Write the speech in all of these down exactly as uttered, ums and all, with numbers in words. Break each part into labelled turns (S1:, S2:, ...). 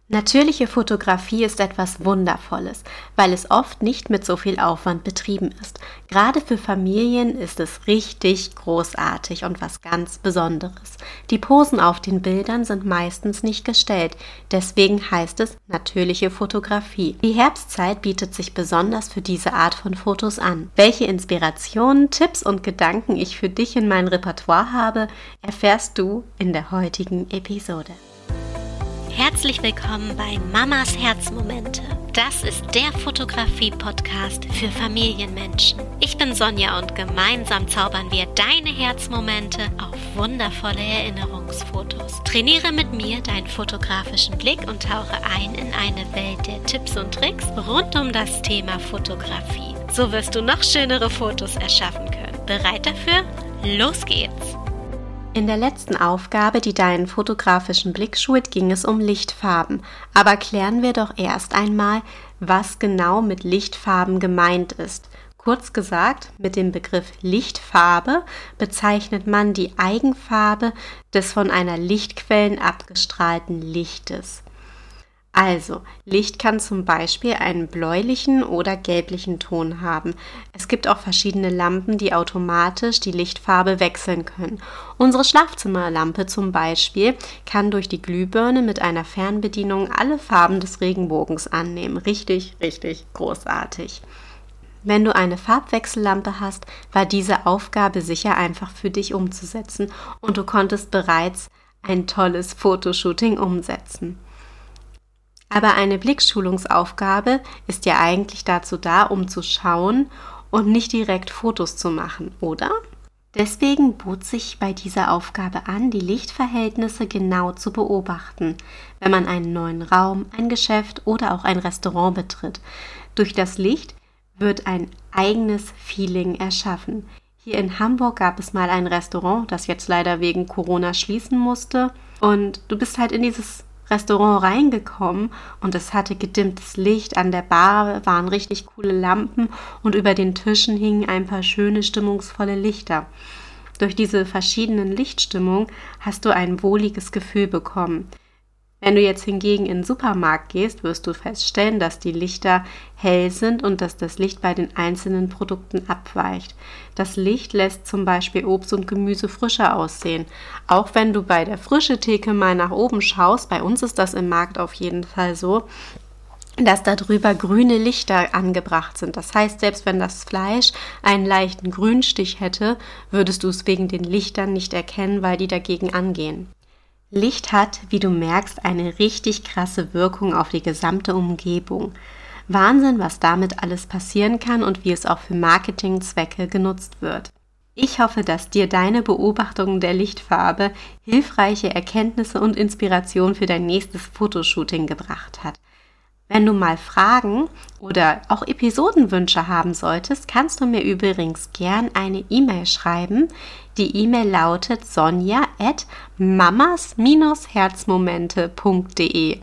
S1: Natürliche Fotografie ist etwas Wundervolles, weil es oft nicht mit so viel Aufwand betrieben ist. Gerade für Familien ist es richtig großartig und was ganz Besonderes. Die Posen auf den Bildern sind meistens nicht gestellt, deswegen heißt es natürliche Fotografie. Die Herbstzeit bietet sich besonders für diese Art von Fotos an. Welche Inspirationen, Tipps und Gedanken ich für dich in mein Repertoire habe, erfährst du in der heutigen Episode.
S2: Herzlich willkommen bei Mamas Herzmomente. Das ist der Fotografie-Podcast für Familienmenschen. Ich bin Sonja und gemeinsam zaubern wir deine Herzmomente auf wundervolle Erinnerungsfotos. Trainiere mit mir deinen fotografischen Blick und tauche ein in eine Welt der Tipps und Tricks rund um das Thema Fotografie. So wirst du noch schönere Fotos erschaffen können. Bereit dafür? Los geht's!
S1: In der letzten Aufgabe, die deinen fotografischen Blick schult, ging es um Lichtfarben. Aber klären wir doch erst einmal, was genau mit Lichtfarben gemeint ist. Kurz gesagt, mit dem Begriff Lichtfarbe bezeichnet man die Eigenfarbe des von einer Lichtquelle abgestrahlten Lichtes. Also, Licht kann zum Beispiel einen bläulichen oder gelblichen Ton haben. Es gibt auch verschiedene Lampen, die automatisch die Lichtfarbe wechseln können. Unsere Schlafzimmerlampe zum Beispiel kann durch die Glühbirne mit einer Fernbedienung alle Farben des Regenbogens annehmen. Richtig, richtig großartig. Wenn du eine Farbwechsellampe hast, war diese Aufgabe sicher einfach für dich umzusetzen und du konntest bereits ein tolles Fotoshooting umsetzen. Aber eine Blickschulungsaufgabe ist ja eigentlich dazu da, um zu schauen und nicht direkt Fotos zu machen, oder? Deswegen bot sich bei dieser Aufgabe an, die Lichtverhältnisse genau zu beobachten, wenn man einen neuen Raum, ein Geschäft oder auch ein Restaurant betritt. Durch das Licht wird ein eigenes Feeling erschaffen. Hier in Hamburg gab es mal ein Restaurant, das jetzt leider wegen Corona schließen musste, und du bist halt in dieses Restaurant reingekommen und es hatte gedimmtes Licht, an der Bar waren richtig coole Lampen und über den Tischen hingen ein paar schöne, stimmungsvolle Lichter. Durch diese verschiedenen Lichtstimmungen hast du ein wohliges Gefühl bekommen. Wenn du jetzt hingegen in den Supermarkt gehst, wirst du feststellen, dass die Lichter hell sind und dass das Licht bei den einzelnen Produkten abweicht. Das Licht lässt zum Beispiel Obst und Gemüse frischer aussehen. Auch wenn du bei der Frischetheke mal nach oben schaust, bei uns ist das im Markt auf jeden Fall so, dass da drüber grüne Lichter angebracht sind. Das heißt, selbst wenn das Fleisch einen leichten Grünstich hätte, würdest du es wegen den Lichtern nicht erkennen, weil die dagegen angehen. Licht hat, wie du merkst, eine richtig krasse Wirkung auf die gesamte Umgebung. Wahnsinn, was damit alles passieren kann und wie es auch für Marketingzwecke genutzt wird. Ich hoffe, dass dir deine Beobachtungen der Lichtfarbe hilfreiche Erkenntnisse und Inspiration für dein nächstes Fotoshooting gebracht hat. Wenn du mal Fragen oder auch Episodenwünsche haben solltest, kannst du mir übrigens gern eine E-Mail schreiben. Die E-Mail lautet sonja at mamas herzmomente punkt de.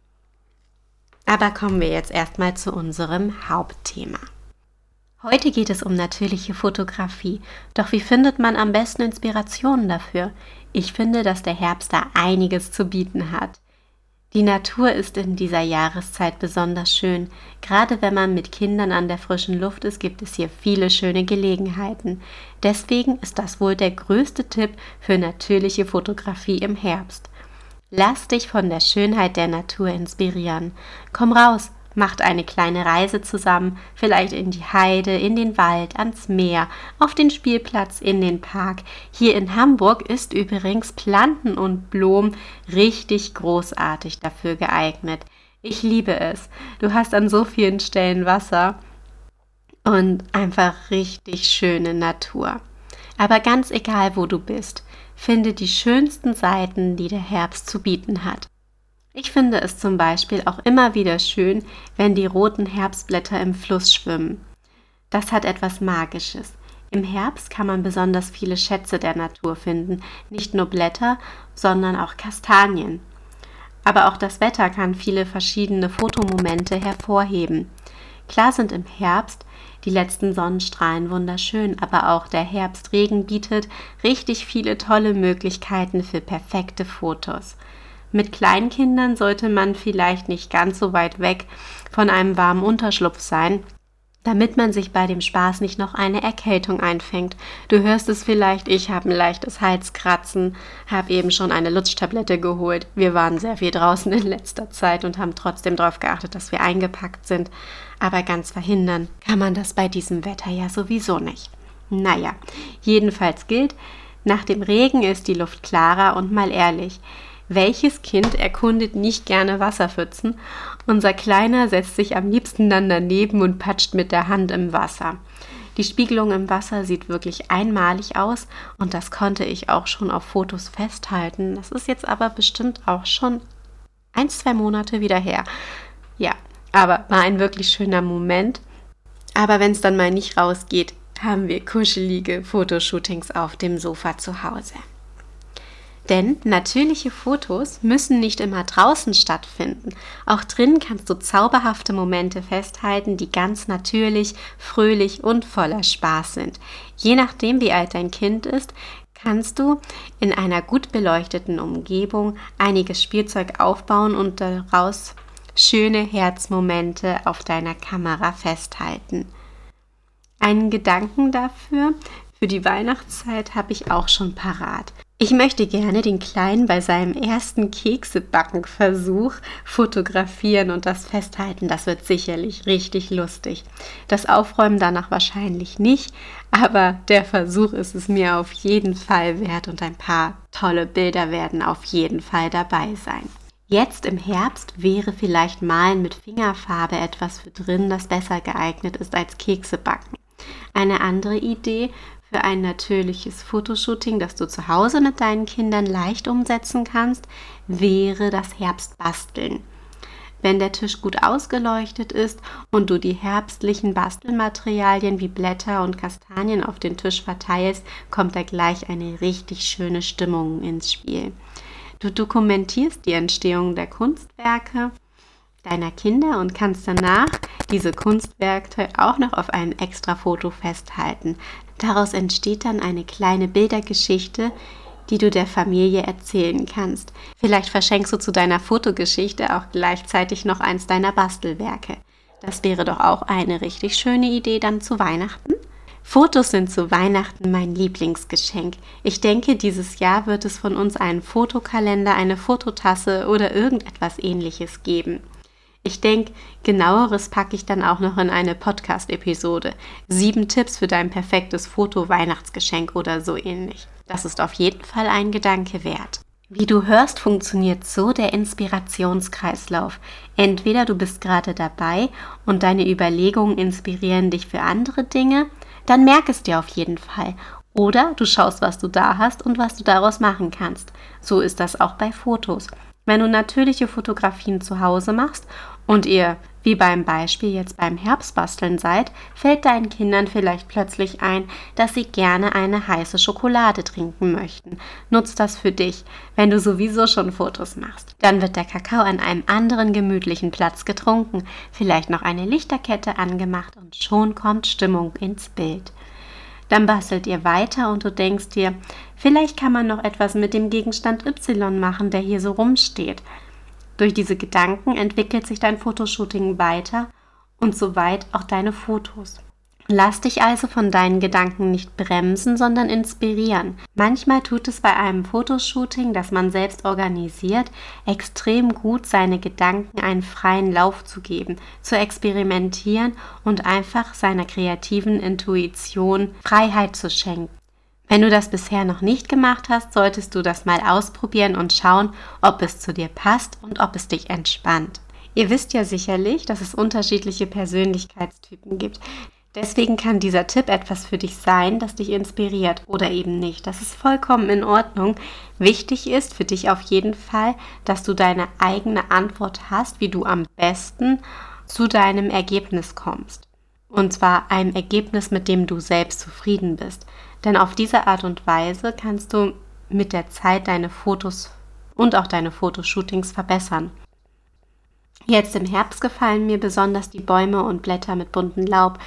S1: Aber kommen wir jetzt erstmal zu unserem Hauptthema. Heute geht es um natürliche Fotografie. Doch wie findet man am besten Inspirationen dafür? Ich finde, dass der Herbst da einiges zu bieten hat. Die Natur ist in dieser Jahreszeit besonders schön. Gerade wenn man mit Kindern an der frischen Luft ist, gibt es hier viele schöne Gelegenheiten. Deswegen ist das wohl der größte Tipp für natürliche Fotografie im Herbst. Lass dich von der Schönheit der Natur inspirieren. Komm raus, macht eine kleine Reise zusammen, vielleicht in die Heide, in den Wald, ans Meer, auf den Spielplatz, in den Park. Hier in Hamburg ist übrigens Planten und Blumen richtig großartig dafür geeignet. Ich liebe es. Du hast an so vielen Stellen Wasser und einfach richtig schöne Natur. Aber ganz egal, wo du bist, finde die schönsten Seiten, die der Herbst zu bieten hat. Ich finde es zum Beispiel auch immer wieder schön, wenn die roten Herbstblätter im Fluss schwimmen. Das hat etwas Magisches. Im Herbst kann man besonders viele Schätze der Natur finden, nicht nur Blätter, sondern auch Kastanien. Aber auch das Wetter kann viele verschiedene Fotomomente hervorheben. Klar sind im Herbst die letzten Sonnenstrahlen wunderschön, aber auch der Herbstregen bietet richtig viele tolle Möglichkeiten für perfekte Fotos. Mit Kleinkindern sollte man vielleicht nicht ganz so weit weg von einem warmen Unterschlupf sein, damit man sich bei dem Spaß nicht noch eine Erkältung einfängt. Du hörst es vielleicht, ich habe ein leichtes Halskratzen, habe eben schon eine Lutschtablette geholt. Wir waren sehr viel draußen in letzter Zeit und haben trotzdem darauf geachtet, dass wir eingepackt sind. Aber ganz verhindern kann man das bei diesem Wetter ja sowieso nicht. Naja, jedenfalls gilt, nach dem Regen ist die Luft klarer und mal ehrlich, welches Kind erkundet nicht gerne Wasserpfützen? Unser Kleiner setzt sich am liebsten dann daneben und patscht mit der Hand im Wasser. Die Spiegelung im Wasser sieht wirklich einmalig aus und das konnte ich auch schon auf Fotos festhalten. Das ist jetzt aber bestimmt auch schon ein, zwei Monate wieder her. Ja, aber war ein wirklich schöner Moment. Aber wenn es dann mal nicht rausgeht, haben wir kuschelige Fotoshootings auf dem Sofa zu Hause. Denn natürliche Fotos müssen nicht immer draußen stattfinden. Auch drin kannst du zauberhafte Momente festhalten, die ganz natürlich, fröhlich und voller Spaß sind. Je nachdem, wie alt dein Kind ist, kannst du in einer gut beleuchteten Umgebung einiges Spielzeug aufbauen und daraus schöne Herzmomente auf deiner Kamera festhalten. Einen Gedanken dafür, für die Weihnachtszeit, habe ich auch schon parat. Ich möchte gerne den Kleinen bei seinem ersten Keksebacken-Versuch fotografieren und das festhalten. Das wird sicherlich richtig lustig. Das Aufräumen danach wahrscheinlich nicht, aber der Versuch ist es mir auf jeden Fall wert und ein paar tolle Bilder werden auf jeden Fall dabei sein. Jetzt im Herbst wäre vielleicht Malen mit Fingerfarbe etwas für drin, das besser geeignet ist als Keksebacken. Eine andere Idee für ein natürliches Fotoshooting, das du zu Hause mit deinen Kindern leicht umsetzen kannst, wäre das Herbstbasteln. Wenn der Tisch gut ausgeleuchtet ist und du die herbstlichen Bastelmaterialien wie Blätter und Kastanien auf den Tisch verteilst, kommt da gleich eine richtig schöne Stimmung ins Spiel. Du dokumentierst die Entstehung der Kunstwerke deiner Kinder und kannst danach diese Kunstwerke auch noch auf einem extra Foto festhalten. Daraus entsteht dann eine kleine Bildergeschichte, die du der Familie erzählen kannst. Vielleicht verschenkst du zu deiner Fotogeschichte auch gleichzeitig noch eins deiner Bastelwerke. Das wäre doch auch eine richtig schöne Idee dann zu Weihnachten. Fotos sind zu Weihnachten mein Lieblingsgeschenk. Ich denke, dieses Jahr wird es von uns einen Fotokalender, eine Fototasse oder irgendetwas Ähnliches geben. Ich denke, genaueres packe ich dann auch noch in eine Podcast-Episode. Sieben Tipps für dein perfektes Foto-Weihnachtsgeschenk oder so ähnlich. Das ist auf jeden Fall ein Gedanke wert. Wie du hörst, funktioniert so der Inspirationskreislauf. Entweder du bist gerade dabei und deine Überlegungen inspirieren dich für andere Dinge, dann merk es dir auf jeden Fall. Oder du schaust, was du da hast und was du daraus machen kannst. So ist das auch bei Fotos. Wenn du natürliche Fotografien zu Hause machst und ihr, wie beim Beispiel jetzt beim Herbstbasteln seid, fällt deinen Kindern vielleicht plötzlich ein, dass sie gerne eine heiße Schokolade trinken möchten. Nutz das für dich, wenn du sowieso schon Fotos machst. Dann wird der Kakao an einem anderen gemütlichen Platz getrunken, vielleicht noch eine Lichterkette angemacht und schon kommt Stimmung ins Bild. Dann bastelt ihr weiter und du denkst dir, vielleicht kann man noch etwas mit dem Gegenstand Y machen, der hier so rumsteht. Durch diese Gedanken entwickelt sich dein Fotoshooting weiter und soweit auch deine Fotos. Lass dich also von deinen Gedanken nicht bremsen, sondern inspirieren. Manchmal tut es bei einem Fotoshooting, das man selbst organisiert, extrem gut, seine Gedanken einen freien Lauf zu geben, zu experimentieren und einfach seiner kreativen Intuition Freiheit zu schenken. Wenn du das bisher noch nicht gemacht hast, solltest du das mal ausprobieren und schauen, ob es zu dir passt und ob es dich entspannt. Ihr wisst ja sicherlich, dass es unterschiedliche Persönlichkeitstypen gibt. Deswegen kann dieser Tipp etwas für dich sein, das dich inspiriert oder eben nicht. Das ist vollkommen in Ordnung. Wichtig ist für dich auf jeden Fall, dass du deine eigene Antwort hast, wie du am besten zu deinem Ergebnis kommst. Und zwar einem Ergebnis, mit dem du selbst zufrieden bist. Denn auf diese Art und Weise kannst du mit der Zeit deine Fotos und auch deine Fotoshootings verbessern. Jetzt im Herbst gefallen mir besonders die Bäume und Blätter mit buntem Laub,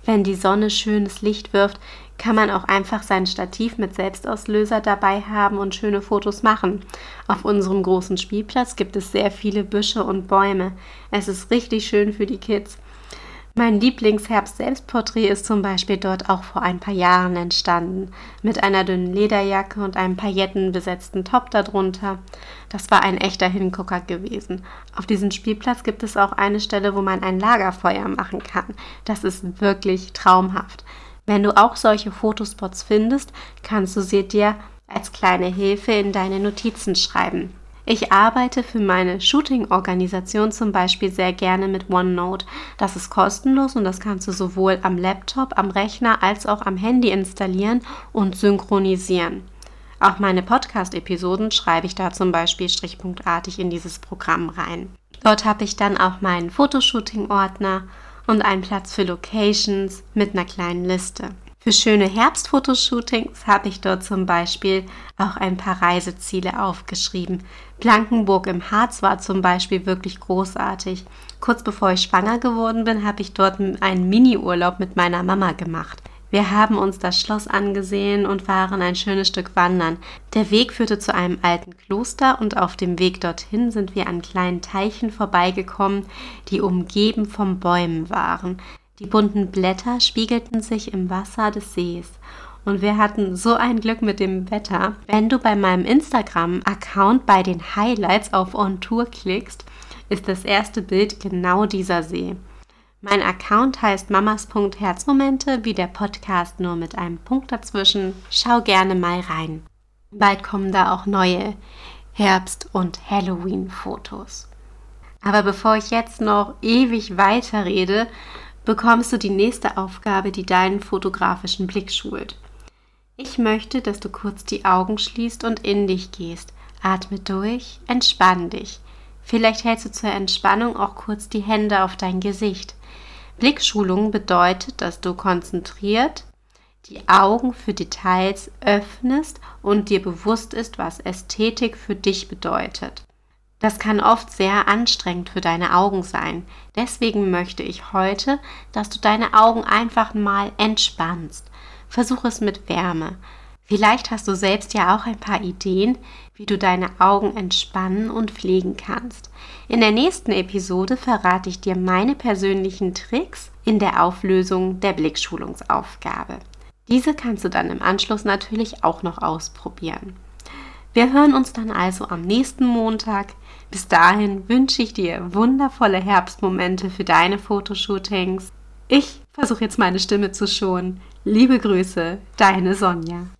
S1: Wenn die Sonne schönes Licht wirft, kann man auch einfach sein Stativ mit Selbstauslöser dabei haben und schöne Fotos machen. Auf unserem großen Spielplatz gibt es sehr viele Büsche und Bäume. Es ist richtig schön für die Kids. Mein Lieblingsherbst-Selbstporträt ist zum Beispiel dort auch vor ein paar Jahren entstanden, mit einer dünnen Lederjacke und einem paillettenbesetzten Top darunter. Das war ein echter Hingucker gewesen. Auf diesem Spielplatz gibt es auch eine Stelle, wo man ein Lagerfeuer machen kann. Das ist wirklich traumhaft. Wenn du auch solche Fotospots findest, kannst du sie dir als kleine Hilfe in deine Notizen schreiben. Ich arbeite für meine Shooting-Organisation zum Beispiel sehr gerne mit OneNote. Das ist kostenlos und das kannst du sowohl am Laptop, am Rechner als auch am Handy installieren und synchronisieren. Auch meine Podcast-Episoden schreibe ich da zum Beispiel strichpunktartig in dieses Programm rein. Dort habe ich dann auch meinen Fotoshooting-Ordner und einen Platz für Locations mit einer kleinen Liste. Für schöne Herbstfotoshootings habe ich dort zum Beispiel auch ein paar Reiseziele aufgeschrieben. Blankenburg im Harz war zum Beispiel wirklich großartig. Kurz bevor ich schwanger geworden bin, habe ich dort einen Mini-Urlaub mit meiner Mama gemacht. Wir haben uns das Schloss angesehen und waren ein schönes Stück wandern. Der Weg führte zu einem alten Kloster und auf dem Weg dorthin sind wir an kleinen Teichen vorbeigekommen, die umgeben von Bäumen waren. Die bunten Blätter spiegelten sich im Wasser des Sees und wir hatten so ein Glück mit dem Wetter. Wenn du bei meinem Instagram-Account bei den Highlights auf On Tour klickst, ist das erste Bild genau dieser See. Mein Account heißt mamas.herzmomente, wie der Podcast, nur mit einem Punkt dazwischen. Schau gerne mal rein. Bald kommen da auch neue Herbst- und Halloween-Fotos. Aber bevor ich jetzt noch ewig weiterrede, bekommst du die nächste Aufgabe, die deinen fotografischen Blick schult. Ich möchte, dass du kurz die Augen schließt und in dich gehst. Atme durch, entspann dich. Vielleicht hältst du zur Entspannung auch kurz die Hände auf dein Gesicht. Blickschulung bedeutet, dass du konzentriert die Augen für Details öffnest und dir bewusst ist, was Ästhetik für dich bedeutet. Das kann oft sehr anstrengend für deine Augen sein. Deswegen möchte ich heute, dass du deine Augen einfach mal entspannst. Versuch es mit Wärme. Vielleicht hast du selbst ja auch ein paar Ideen, wie du deine Augen entspannen und pflegen kannst. In der nächsten Episode verrate ich dir meine persönlichen Tricks in der Auflösung der Blickschulungsaufgabe. Diese kannst du dann im Anschluss natürlich auch noch ausprobieren. Wir hören uns dann also am nächsten Montag. Bis dahin wünsche ich dir wundervolle Herbstmomente für deine Fotoshootings. Ich versuche jetzt meine Stimme zu schonen. Liebe Grüße, deine Sonja.